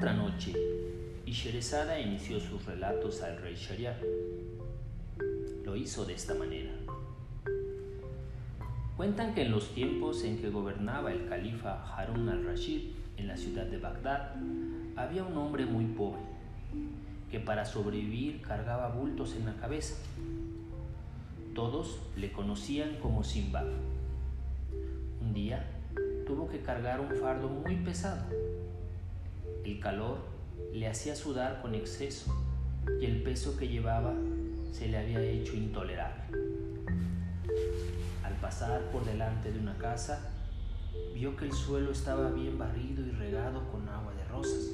otra noche y Sherezada inició sus relatos al rey Shahriar. Lo hizo de esta manera. Cuentan que en los tiempos en que gobernaba el califa Harún al-Rashid en la ciudad de Bagdad, había un hombre muy pobre que para sobrevivir cargaba bultos en la cabeza. Todos le conocían como Sinbad. Un día tuvo que cargar un fardo muy pesado. El calor le hacía sudar con exceso y el peso que llevaba se le había hecho intolerable. Al pasar por delante de una casa, vio que el suelo estaba bien barrido y regado con agua de rosas.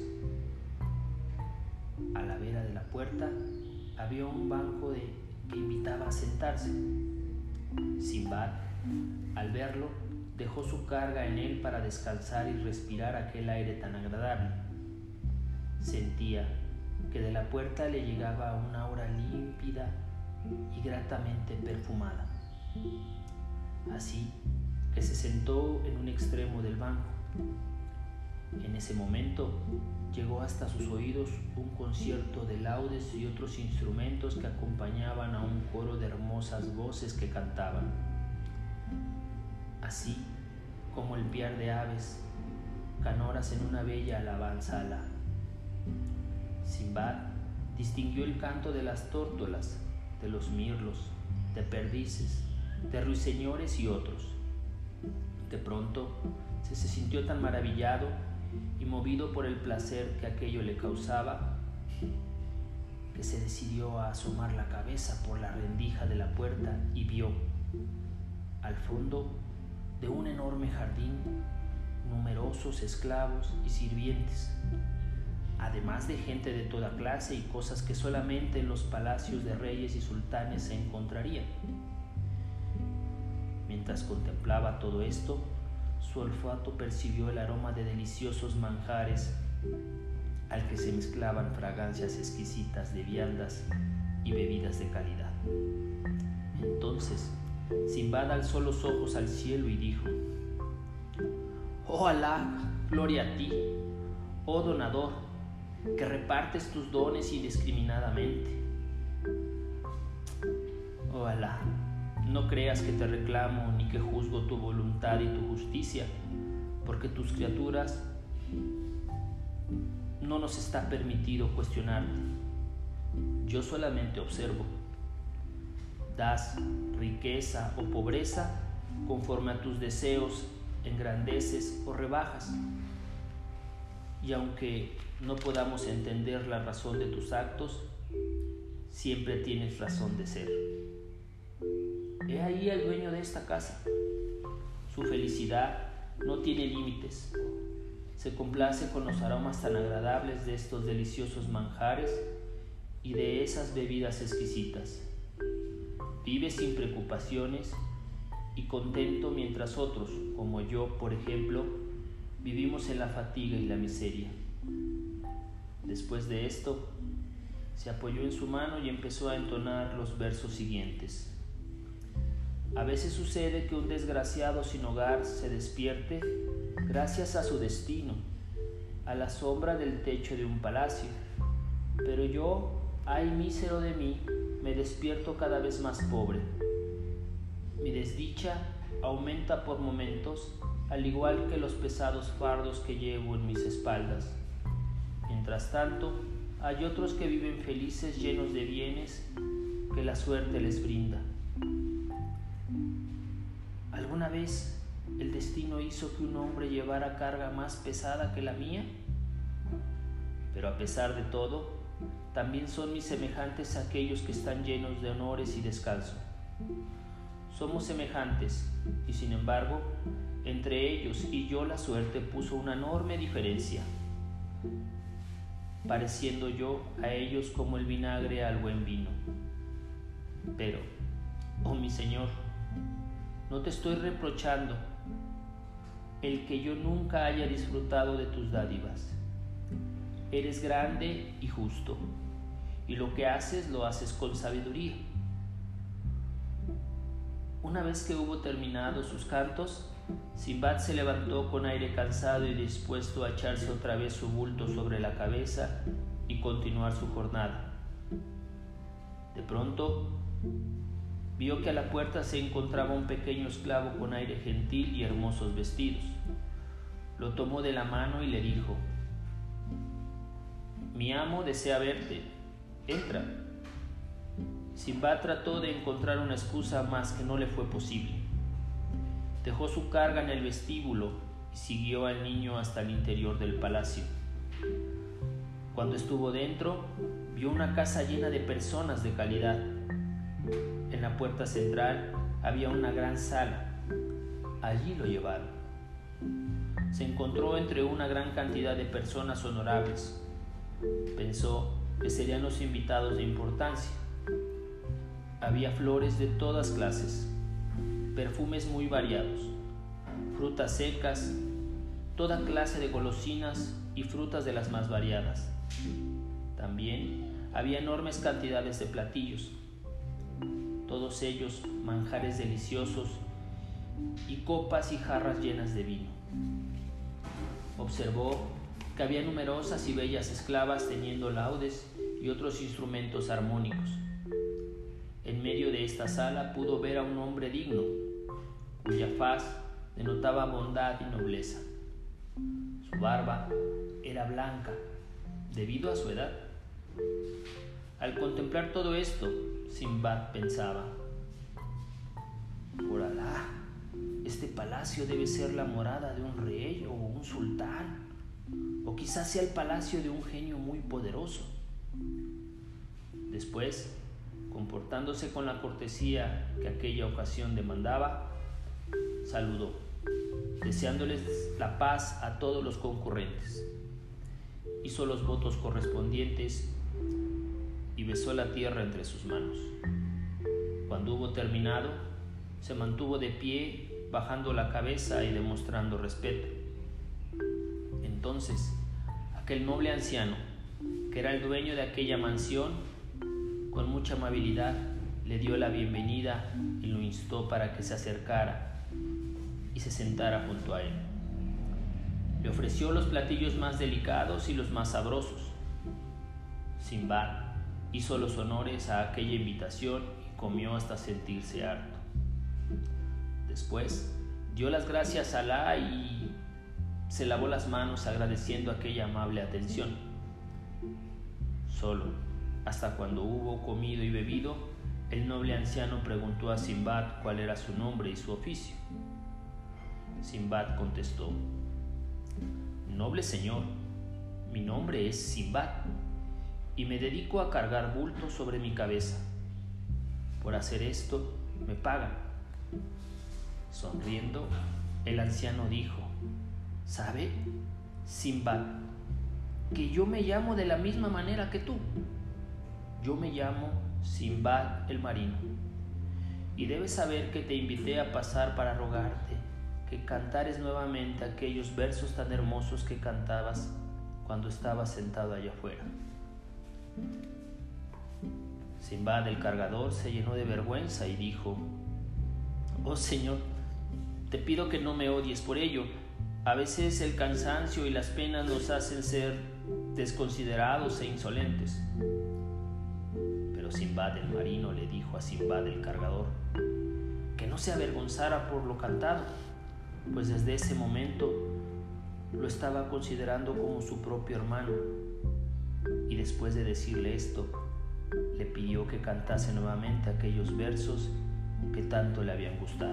A la vera de la puerta había un banco que invitaba a sentarse. Sinbad, al verlo, dejó su carga en él para descansar y respirar aquel aire tan agradable. Sentía que de la puerta le llegaba una aura límpida y gratamente perfumada. Así que se sentó en un extremo del banco. En ese momento llegó hasta sus oídos un concierto de laudes y otros instrumentos que acompañaban a un coro de hermosas voces que cantaban, así como el piar de aves canoras en una bella alabanza a Alá. Sinbad distinguió el canto de las tórtolas, de los mirlos, de perdices, de ruiseñores y otros. De pronto se sintió tan maravillado y movido por el placer que aquello le causaba, que se decidió a asomar la cabeza por la rendija de la puerta y vio, al fondo de un enorme jardín, numerosos esclavos y sirvientes, además de gente de toda clase y cosas que solamente en los palacios de reyes y sultanes se encontrarían. Mientras contemplaba todo esto, su olfato percibió el aroma de deliciosos manjares al que se mezclaban fragancias exquisitas de viandas y bebidas de calidad. Entonces, Sinbad alzó los ojos al cielo y dijo: «Oh Alá, gloria a ti, oh donador, que repartes tus dones indiscriminadamente. Oh Alá, no creas que te reclamo ni que juzgo tu voluntad y tu justicia, porque tus criaturas no nos está permitido cuestionarte. Yo solamente observo. Das riqueza o pobreza conforme a tus deseos, engrandeces o rebajas. Y aunque no podamos entender la razón de tus actos, siempre tienes razón de ser. He ahí al dueño de esta casa. Su felicidad no tiene límites. Se complace con los aromas tan agradables de estos deliciosos manjares y de esas bebidas exquisitas. Vive sin preocupaciones y contento mientras otros, como yo, por ejemplo, vivimos en la fatiga y la miseria». Después de esto, se apoyó en su mano y empezó a entonar los versos siguientes. A veces sucede que un desgraciado sin hogar se despierte gracias a su destino, a la sombra del techo de un palacio. Pero yo, ay mísero de mí, me despierto cada vez más pobre. Mi desdicha aumenta por momentos, al igual que los pesados fardos que llevo en mis espaldas. Mientras tanto, hay otros que viven felices, llenos de bienes que la suerte les brinda. ¿Alguna vez el destino hizo que un hombre llevara carga más pesada que la mía? Pero a pesar de todo, también son mis semejantes aquellos que están llenos de honores y descanso. Somos semejantes, y sin embargo, entre ellos y yo la suerte puso una enorme diferencia, pareciendo yo a ellos como el vinagre al buen vino. Pero, oh mi Señor, no te estoy reprochando el que yo nunca haya disfrutado de tus dádivas. Eres grande y justo, y lo que haces lo haces con sabiduría. Una vez que hubo terminado sus cantos, Simbad se levantó con aire cansado y dispuesto a echarse otra vez su bulto sobre la cabeza y continuar su jornada. De pronto, vio que a la puerta se encontraba un pequeño esclavo con aire gentil y hermosos vestidos. Lo tomó de la mano y le dijo: «Mi amo desea verte, entra». Simbad trató de encontrar una excusa, mas que no le fue posible. Dejó su carga en el vestíbulo y siguió al niño hasta el interior del palacio. Cuando estuvo dentro, vio una casa llena de personas de calidad. En la puerta central había una gran sala. Allí lo llevaron. Se encontró entre una gran cantidad de personas honorables. Pensó que serían los invitados de importancia. Había flores de todas clases, perfumes muy variados, frutas secas, toda clase de golosinas y frutas de las más variadas. También había enormes cantidades de platillos, todos ellos manjares deliciosos, y copas y jarras llenas de vino. Observó que había numerosas y bellas esclavas teniendo laudes y otros instrumentos armónicos. En medio de esta sala pudo ver a un hombre digno, cuya faz denotaba bondad y nobleza. Su barba era blanca, debido a su edad. Al contemplar todo esto, Simbad pensaba: «Por Alá, este palacio debe ser la morada de un rey o un sultán, o quizás sea el palacio de un genio muy poderoso». Después, comportándose con la cortesía que aquella ocasión demandaba, saludó, deseándoles la paz a todos los concurrentes. Hizo los votos correspondientes y besó la tierra entre sus manos. Cuando hubo terminado, se mantuvo de pie, bajando la cabeza y demostrando respeto. Entonces, aquel noble anciano, que era el dueño de aquella mansión, con mucha amabilidad le dio la bienvenida y lo instó para que se acercara y se sentara junto a él. Le ofreció los platillos más delicados y los más sabrosos. Simbad hizo los honores a aquella invitación y comió hasta sentirse harto. Después dio las gracias a Alá y se lavó las manos agradeciendo aquella amable atención. Solo hasta cuando hubo comido y bebido, el noble anciano preguntó a Simbad cuál era su nombre y su oficio. Simbad contestó: «Noble señor, mi nombre es Simbad y me dedico a cargar bultos sobre mi cabeza. Por hacer esto me pagan». Sonriendo, el anciano dijo: «¿Sabe, Simbad, que yo me llamo de la misma manera que tú? Yo me llamo Simbad el marino, y debes saber que te invité a pasar para rogarte que cantares nuevamente aquellos versos tan hermosos que cantabas cuando estabas sentado allá afuera». Simbad el cargador se llenó de vergüenza y dijo: «Oh Señor, te pido que no me odies por ello. A veces el cansancio y las penas nos hacen ser desconsiderados e insolentes». Pero Simbad el marino le dijo a Simbad el cargador que no se avergonzara por lo cantado, pues desde ese momento lo estaba considerando como su propio hermano, y después de decirle esto, le pidió que cantase nuevamente aquellos versos que tanto le habían gustado.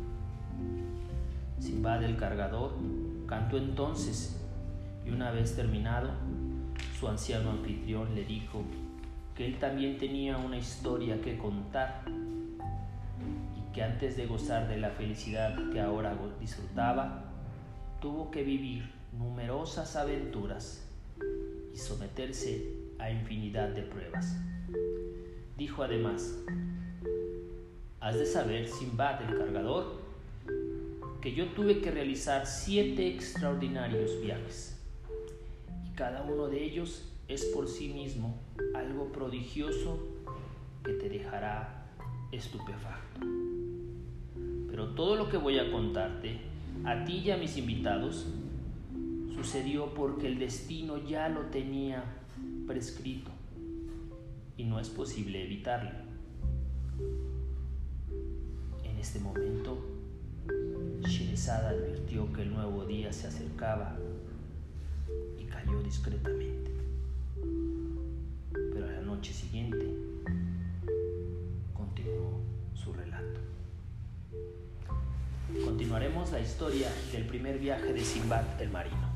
Simbad el cargador cantó entonces, y una vez terminado, su anciano anfitrión le dijo que él también tenía una historia que contar y que antes de gozar de la felicidad que ahora disfrutaba, tuvo que vivir numerosas aventuras y someterse a infinidad de pruebas. Dijo además: «Has de saber, Simbad el cargador, que yo tuve que realizar 7 extraordinarios viajes, y cada uno de ellos es por sí mismo algo prodigioso que te dejará estupefacto. Pero todo lo que voy a contarte a ti y a mis invitados, sucedió porque el destino ya lo tenía prescrito y no es posible evitarlo. En este momento, Sherezada advirtió que el nuevo día se acercaba y cayó discretamente. Pero a la noche siguiente continuó su relato. Continuaremos la historia del primer viaje de Simbad el marino.